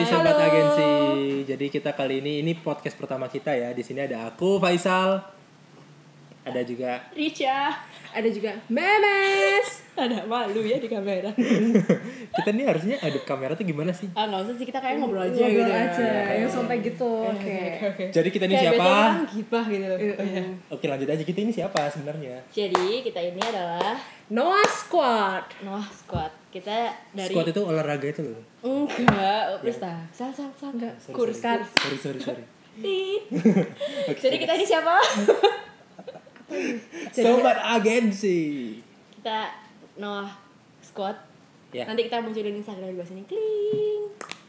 Sobat Agensi. Jadi kita kali ini podcast pertama kita ya. Di sini ada aku Faisal. Ada juga Richa. Ada juga Memes. Ada malu ya di kamera. kita nih harusnya aduk kamera tuh gimana sih? Nggak usah sih, kita kayak ngobrol aja Ngobrol gitu. aja, yang sampai gitu. Oke. Jadi kita ini Kayak siapa? biasanya kan gibah gitu. Oh, iya. Oke, lanjut aja. Kita ini siapa sebenarnya? Jadi kita ini adalah Noah Squad. Noah Squad. Kita dari Squad itu olahraga itu loh. enggak, Prista. Sal. Enggak. Kurs. Sorry. Tit. Oke, Jadi kita ini siapa? Sobat Agensi. Kita Noah Squad. Ya. Nanti kita munculin Instagram di bawah sini. Kling.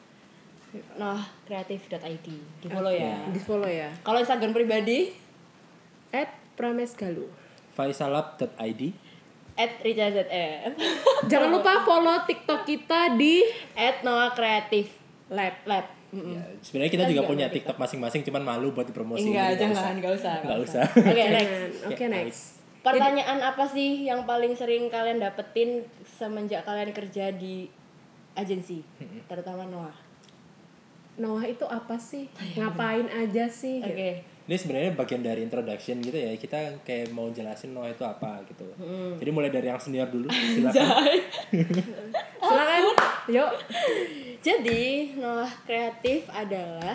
noahkreatif.id. Di follow ya. Di follow ya. Kalau Instagram pribadi @pramesgaluh. Faisalab.id. @richazf. Jangan lupa follow TikTok kita di @noahkreatif Lab. Ya, sebenarnya kita Kan juga juga punya punya TikTok masing-masing, cuman malu buat dipromosi. Enggak, jadi jangan, enggak usah. Nggak Oke, usah. next. Oke, next. Pertanyaan apa sih yang paling sering kalian dapetin semenjak kalian kerja di agensi, terutama Noah? Noah itu apa sih? Ngapain aja sih? Oke. Ini sebenarnya bagian dari introduction gitu ya. Kita kayak mau jelasin Noah itu apa gitu. Jadi mulai dari yang senior dulu, silakan. Silakan. Yuk. Jadi Noah Kreatif adalah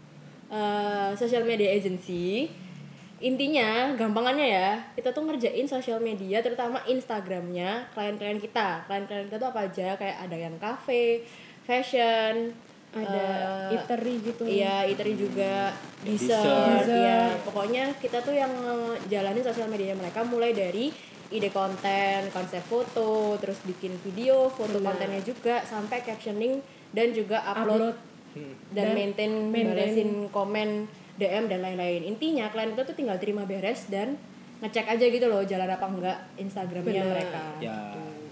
social media agency. Intinya, gampangannya ya, kita tuh ngerjain social media, terutama Instagramnya klien-klien kita. Klien-klien kita tuh apa aja? Kayak ada yang cafe, fashion, Ada eatery gitu. Iya, eatery juga, dessert. Ya, pokoknya kita tuh yang jalanin sosial medianya mereka mulai dari ide konten, konsep foto, terus bikin video, foto kontennya juga, sampai captioning dan juga upload. Dan maintain balesin komen, DM dan lain-lain. Intinya klien kita tuh tinggal terima beres dan ngecek aja gitu loh jalan apa enggak Instagramnya mereka. Ya.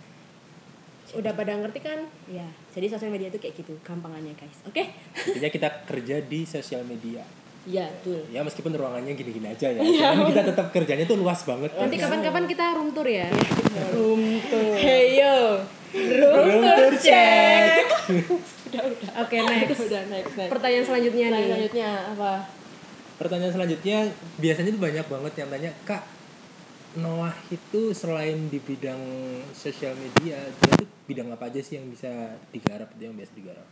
Udah pada ngerti kan? Ya, jadi sosial media tuh kayak gitu, gampangannya guys. Oke? Intinya kita kerja di sosial media. Iya, betul. Ya meskipun ruangannya gini-gini aja ya. Cuman kita tetap kerjanya tuh luas banget. Nanti kapan-kapan kita room tour ya. Room tour. Hey yo. Room tour check. Udah. Oke, next. Udah next. Pertanyaan selanjutnya nih. Selanjutnya apa? Pertanyaan selanjutnya biasanya tuh banyak banget yang tanya, "Kak, Noah itu selain di bidang sosial media, dia tuh bidang apa aja sih yang bisa digarap, yang biasa digarap?"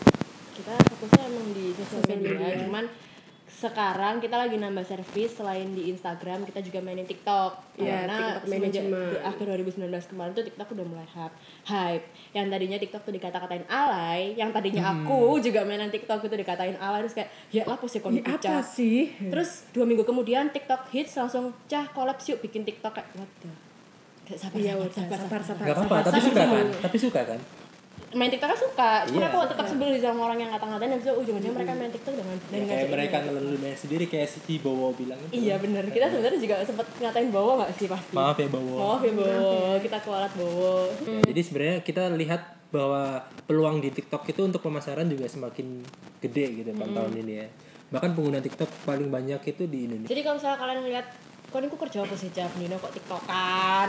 Kita fokusnya emang di sosial media, cuman sekarang kita lagi nambah servis. Selain di Instagram, kita juga mainin TikTok. Iya, Karena TikTok semenjak management. di akhir 2019 kemarin tuh TikTok udah mulai hype. Yang tadinya TikTok tuh dikata-katain alay, yang tadinya aku juga mainan TikTok itu dikatain alay, terus kayak ya lah posisi Ini apa sih? Terus 2 minggu kemudian TikTok hits, langsung collab yuk bikin TikTok. Kayak what the, kayak sabar. Gak apa-apa, tapi suka kan? Main TikTok kan suka, cuma Iya. aku tetap sebel sama orang yang ngata-ngatain dan juga ujung-ujungnya mereka main TikTok dengan Ya, kayak mereka ngeluluin sendiri kayak si Bowo bilang itu. Iya benar, kita sebenarnya juga sempat ngatain Bowo nggak sih pasti. Maaf ya Bowo. Maaf ya Bowo, kita kualat Bowo. Ya, jadi sebenarnya kita lihat bahwa peluang di TikTok itu untuk pemasaran juga semakin gede gitu kan tahun ini ya. Bahkan pengguna TikTok paling banyak itu di Indonesia. Jadi kalau misalnya kalian lihat, kok ini aku kerja apa sih Cap Nino kok TikTokan?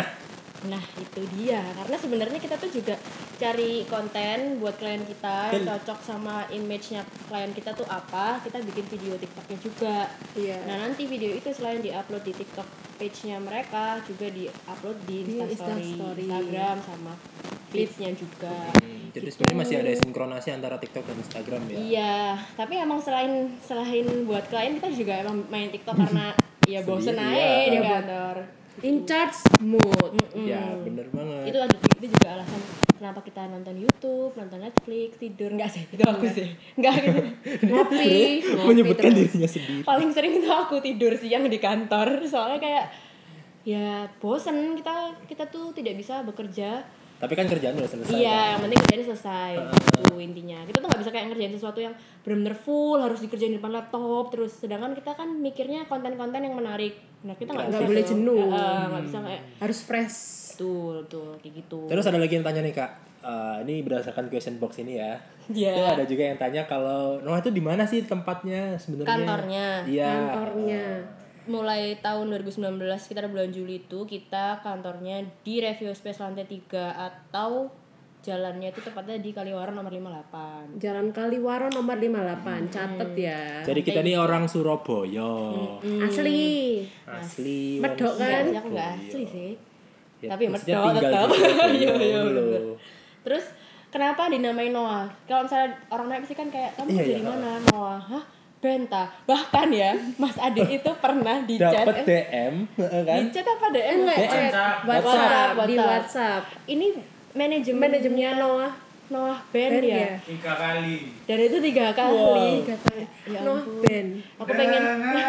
Nah itu dia, karena sebenarnya kita tuh juga cari konten buat klien kita yang cocok sama image-nya klien kita tuh apa, kita bikin video TikToknya juga. Iya. Nah nanti video itu selain diupload di TikTok page-nya mereka, juga diupload di Instastory, Instagram sama feeds-nya juga. Jadi sebenarnya masih ada sinkronasi antara TikTok dan Instagram ya. Iya, tapi emang selain buat klien kita juga emang main TikTok karena ya bosen aja di kantor. In charge mood. Ya bener banget. Itu juga alasan kenapa kita nonton YouTube, nonton Netflix, tidur. Enggak sih, itu aku sih. Enggak gitu. Ngopi Menyebutkan terus. dirinya sendiri. Paling sering itu aku tidur siang di kantor. Soalnya kayak ya bosen, kita tuh tidak bisa bekerja. Tapi kan kerjaan udah selesai. Iya, yang penting kerjanya selesai. Itu intinya. Kita tuh nggak bisa kayak ngerjain sesuatu yang benar-benar full harus dikerjain di depan laptop terus. Sedangkan kita kan mikirnya konten-konten yang menarik. Nah kita nggak Nggak boleh jenuh. Nggak bisa kayak Harus fresh. betul kayak gitu. Terus ada lagi yang tanya nih Kak. Ini berdasarkan question box ini ya. Iya. Itu ada juga yang tanya kalau Noah itu di mana sih tempatnya sebenarnya? Kantornya. Iya. Kantornya. Mulai tahun 2019 sekitar bulan Juli itu kita kantornya di Review Space lantai 3 atau Jalannya itu tepatnya di Kaliwaron nomor 58. Jalan Kaliwaron nomor 58. Catet ya. Jadi kita nih orang Surabaya. Asli. Asli. Medok wong kan? Sih, aku nggak Surabaya. asli sih. Ya, Tapi maksudnya medok tinggal tetap. di Surabaya, Iya, iya, loh. bener. Terus kenapa dinamain Noah? Kalau misalnya orang naik pasti kan kayak kamu Iya, kerja iya. di mana? Noah. Hah? Benta. Bahkan ya, Mas Adit itu pernah di chat. Dapat DM kan? Di chat apa DM? Enggak, chat WhatsApp, di WhatsApp. Ini manajemennya Noah Band ya. 3 kali. Dan itu 3 kali. Ya Noah ampun. Band. Aku pengen.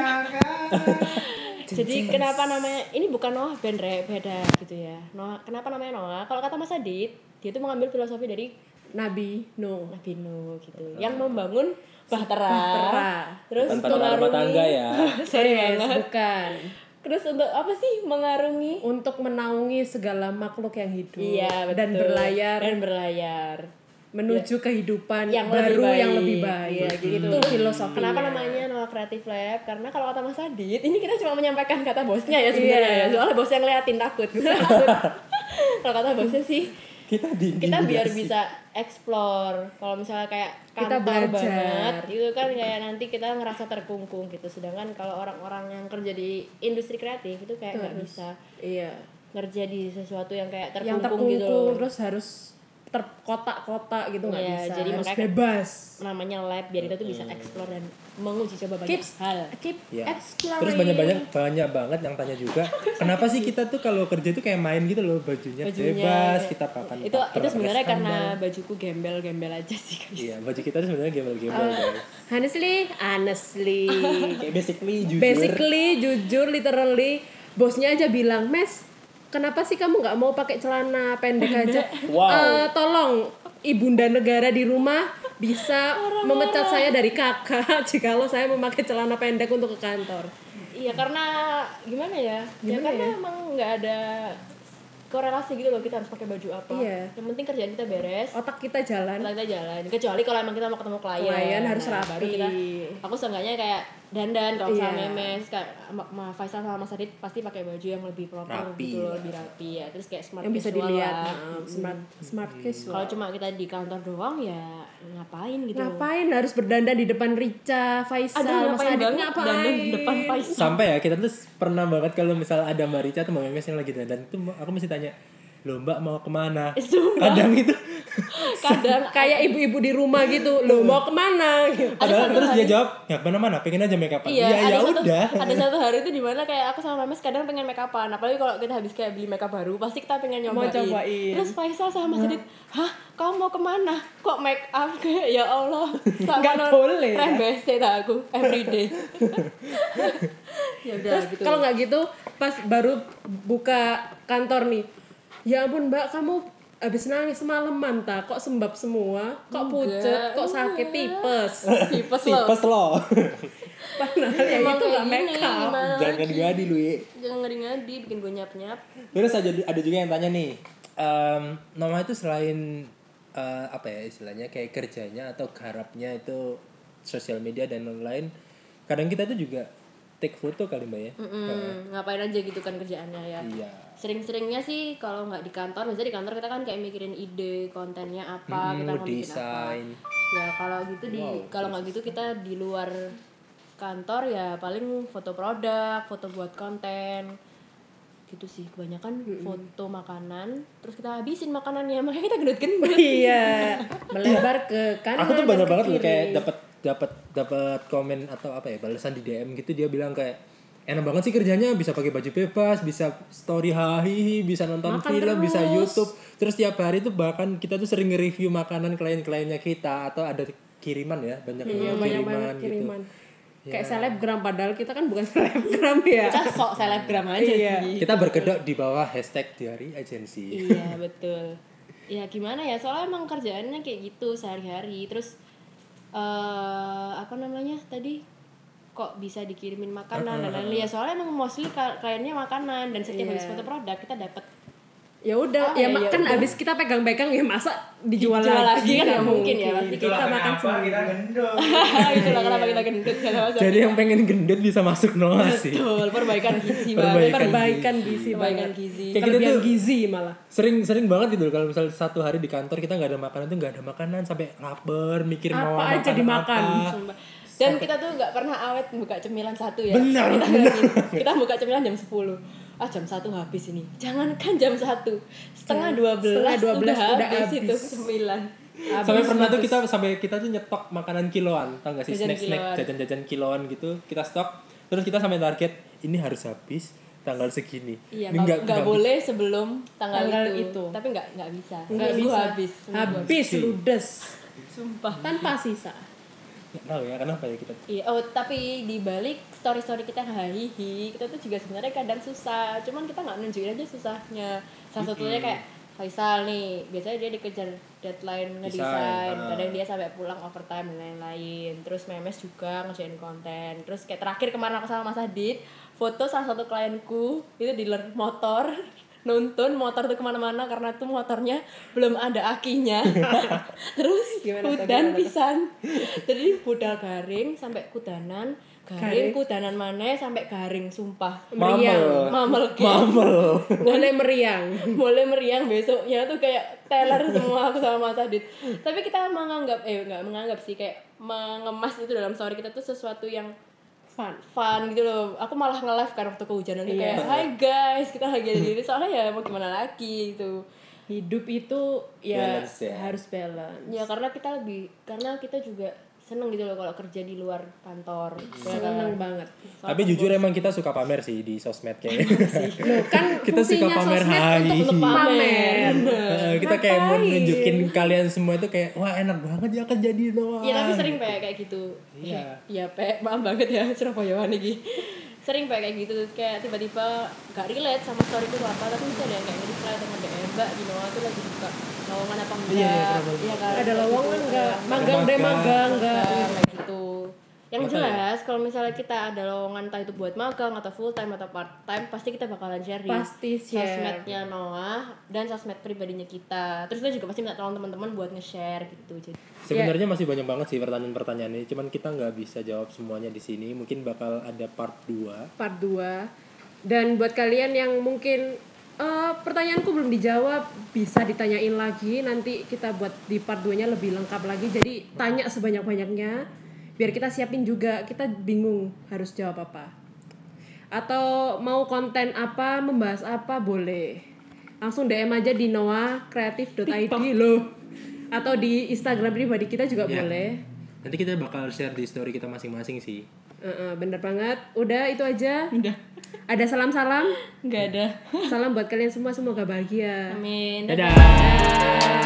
Jadi kenapa namanya ini bukan Noah Band beda gitu ya. Noah, kenapa namanya Noah? Kalau kata Mas Adit, dia tuh mengambil filosofi dari Nabi Nuh. Nabi Nuh gitu. Yang membangun bahtera. Terus Tanpa rumah tangga ya. Sorry Yes, banget. bukan. Terus untuk apa sih mengarungi? Untuk menaungi segala makhluk yang hidup. Iya, betul. Dan berlayar menuju kehidupan yang baru lebih baik. yang lebih baik. Iya, gitu. Itu filosofinya. Kenapa namanya Noah Creative Lab? Karena kalau kata Mas Adit, ini kita cuma menyampaikan kata bosnya ya sebenarnya ya. Soalnya bosnya ngeliatin takut. Kalau kata bosnya sih kita biar bisa explore. Kalau misalnya kayak Kita kantor belajar. banget itu kan kayak nanti kita ngerasa terkungkung gitu. Sedangkan kalau orang-orang yang kerja di industri kreatif itu kayak nggak bisa Iya. ngerja di sesuatu yang kayak Yang terkungkung gitu terkungkung loh. terus harus terkotak-kotak gitu nggak Iya, bisa. jadi harus makanya bebas. Namanya lab biar kita tuh bisa explore dan menguji coba banyak hal. Keep Ya. exploring. Terus banyak banget yang tanya juga, kenapa sih kita tuh kalau kerja tuh kayak main gitu loh, bajunya bebas, kita pakai itu sebenarnya karena bajuku gembel aja sih guys. Iya, baju kita tuh sebenarnya gembel-gembel guys. honestly Kayak basically jujur literally bosnya aja bilang, "Mes, kenapa sih kamu nggak mau pakai celana pendek aja? Wow. Tolong ibunda negara di rumah bisa memecat saya dari kakak jikalau saya memakai celana pendek untuk ke kantor." Iya karena gimana ya? Karena emang nggak ada korelasi gitu loh kita harus pakai baju apa. Iya. Yang penting kerjaan kita beres. Otak kita jalan. Kita jalan. Kecuali kalau emang kita mau ketemu klien Harus rapi. Baru kita. Aku seenggaknya kayak dandan kalau sama Iya. Memes kayak Faisal sama Mas Adit pasti pakai baju yang lebih proper Rapi, gitu loh, ya. lebih rapi ya. Terus kayak smart Yang bisa casual dilihat. lah. Smart casual. Kalau cuma kita di kantor doang ya ngapain gitu. Ngapain harus berdandan di depan Rica, Faisal, Aduh, Mas ngapain Adit, banget ngapain? dandan di depan Faisal. Sampai ya kita tuh pernah banget kalau misal ada Mbak Rica atau Mbak Memes yang lagi dandan tuh aku mesti tanya, "Loh Mbak mau kemana?" Sumpah. Kadang itu Kadang Kayak ibu-ibu di rumah gitu, "Lo mau kemana?" gitu. padahal terus dia jawab, "Ya kemana-mana, pengen aja make upan." Iya, ya ada udah. ada satu hari itu dimana kayak aku sama Memes kadang pengen make upan. Apalagi kalau kita habis kayak beli make up baru, pasti kita pengen nyobain. cobain. Terus Faisal sama Mas Adit, "Hah, kamu mau kemana? Kok make up?" Kayak ya Allah. Nggak boleh, ya? Rembes aku everyday. Ya udah Terus gitu. kalau nggak gitu, pas baru buka kantor nih, "Ya ampun Mbak, kamu habis nangis semalaman tak? Kok sembab semua? Kok pucet? Kok sakit tipes?" tipes loh. Tipes loh. Padahal ya Emang itu kayak nggak gini, make up. gimana Jangan lagi? ngadi-ngadi lu ya. Jangan ngadi-ngadi bikin gue nyap-nyap. Terus ada juga yang tanya nih, Noah itu selain apa ya istilahnya kayak kerjanya atau garapnya itu sosial media dan lain-lain, kadang kita tuh juga take foto kali Mbak ya. Ngapain aja gitu kan kerjaannya ya. Iya. Sering-seringnya sih kalau nggak di kantor, biasanya di kantor kita kan kayak mikirin ide kontennya apa, kita mau bikin apa. Desain. Ya kalau gitu kalau nggak gitu kita di luar kantor ya paling foto produk, foto buat konten. Gitu sih kebanyakan foto makanan, terus kita habisin makanannya, makanya kita gendut-gendut. Iya, melebar ke kanan. Aku tuh dan banyak ke banget loh kiri. kayak dapat komen atau apa ya balasan di DM gitu, dia bilang kayak enak banget sih kerjanya, bisa pakai baju bebas, bisa story hahihi, bisa nonton Makan film, terus. bisa YouTube. Terus tiap hari tuh bahkan kita tuh sering nge-review makanan klien-kliennya kita atau ada kiriman ya, banyak Iya, banget banyak kiriman banget gitu. kiriman. Kayak selebgram, padahal kita kan bukan selebgram ya. Kita sok selebgram aja Iya. sih. Kita berkedok di bawah hashtag Diary Agency. Iya betul. Ya gimana ya, soalnya emang kerjaannya kayak gitu sehari-hari. Terus apa namanya tadi, kok bisa dikirimin makanan dan lain-lain. Ya soalnya emang mostly kliennya makanan, dan setiap habis foto produk kita dapat Ya udah, Ah, ya ya kan udah. abis kita pegang-pegang ya masa dijual Dijual lagi lagi kan nggak mungkin ya, pasti Itulah kita makan kenapa kita gendut. Itulah kenapa kita gendut karena masa Jadi yang pengen gendut bisa masuk Noah sih. betul perbaikan gizi perbaikan gizi perbaikan banget. gizi Kayak kita Kelebihan tuh gizi malah. sering banget gitu kalau misalnya satu hari di kantor kita nggak ada makanan tuh nggak ada makanan sampai lapar mikir mau Apa aja makan dimakan. apa. Sumpah. Dan kita tuh nggak pernah awet buka cemilan satu ya. Benar, Kita buka cemilan jam 10. Jam 1 habis ini. Jangankan jam 1. Setengah 12 udah habis itu cemilan. Sampai pernah tuh kita tuh nyetok makanan kiloan, tau gak sih, Jajan snack kiloan. jajan-jajan kiloan gitu, kita stok, terus kita sampai target ini harus habis tanggal segini. Iya, Ini nggak boleh sebelum tanggal Tanggal itu. itu. Tapi nggak bisa. Nggak Seminggu bisa. habis. Habis ludes Sumpah. tanpa sisa. Nggak tahu ya kenapa ya kita. Iya, tapi di balik story-story kita hahihi, kita tuh juga sebenarnya kadang susah. Cuman kita nggak nunjukin aja susahnya. Salah satunya kayak Faisal nih, biasanya dia dikejar deadline ngedesain, kadang dia sampai pulang overtime dan lain-lain. Terus Memes juga ngerjain konten. Terus kayak terakhir kemarin aku sama Mas Adit, foto salah satu klienku itu dealer motor, nuntun motor tuh kemana-mana karena tuh motornya belum ada akinya. Terus udan pisan. Jadi budal garing sampai kudanan, garing kudanan mana sampai garing sumpah. Meriang. Mamel Boleh meriang. boleh meriang besoknya tuh kayak teler semua aku sama Mas Adit. Tapi kita nggak menganggap sih, kayak mengemas itu dalam story kita tuh sesuatu yang fun gitu loh. Aku malah nge-live kan waktu kehujanan kayak hai guys, kita lagi ada gini, soalnya ya mau gimana lagi gitu. Hidup itu ya Balance ya. harus balance. Ya karena kita juga seneng gitu loh kalau kerja di luar kantor. Ya kan? Seneng banget. Tapi jujur emang kita suka pamer sih di sosmed kayaknya. Loh, kan Kita suka fungsinya pamer sosmed hai. untuk pamer. Kita kayak mau nunjukin kalian semua itu kayak wah enak banget ya kerja di Noah. Iya tapi sering kayak gitu. Iya. Iya maaf banget ya Surabayaan nih. Sering kayak gitu, kayak tiba-tiba gak relate sama storyku apa, tapi bisa ada yang kayak nge-reply atau nge-DM, Mbak di Noah tuh lagi buka lowongan apa enggak. Iya kan. Ada lowongan gitu. enggak? Ada Magang deh magang enggak? kayak gitu. Yang Makanya. jelas kalau misalnya kita ada lowongan entah itu buat magang atau full time atau part time, pasti kita bakalan share di Pasti share. sosmednya Noah dan sosmed pribadinya kita. Terus kita juga pasti minta tolong teman-teman buat nge-share gitu. Jadi Sebenarnya masih banyak banget sih pertanyaan-pertanyaan ini, cuman kita nggak bisa jawab semuanya di sini. Mungkin bakal ada part 2. Part 2. Dan buat kalian yang mungkin pertanyaanku belum dijawab, bisa ditanyain lagi, nanti kita buat di part 2-nya lebih lengkap lagi. Jadi tanya sebanyak-banyaknya biar kita siapin juga, kita bingung harus jawab apa. Atau mau konten apa, membahas apa, boleh. Langsung DM aja di noahkreatif.id loh. Atau di Instagram pribadi kita juga Ya. boleh. Nanti kita bakal share di story kita masing-masing sih. Bener banget. Udah itu aja. udah Ada salam-salam. nggak ada. Salam buat kalian semua, semoga bahagia. Amin. Dadah.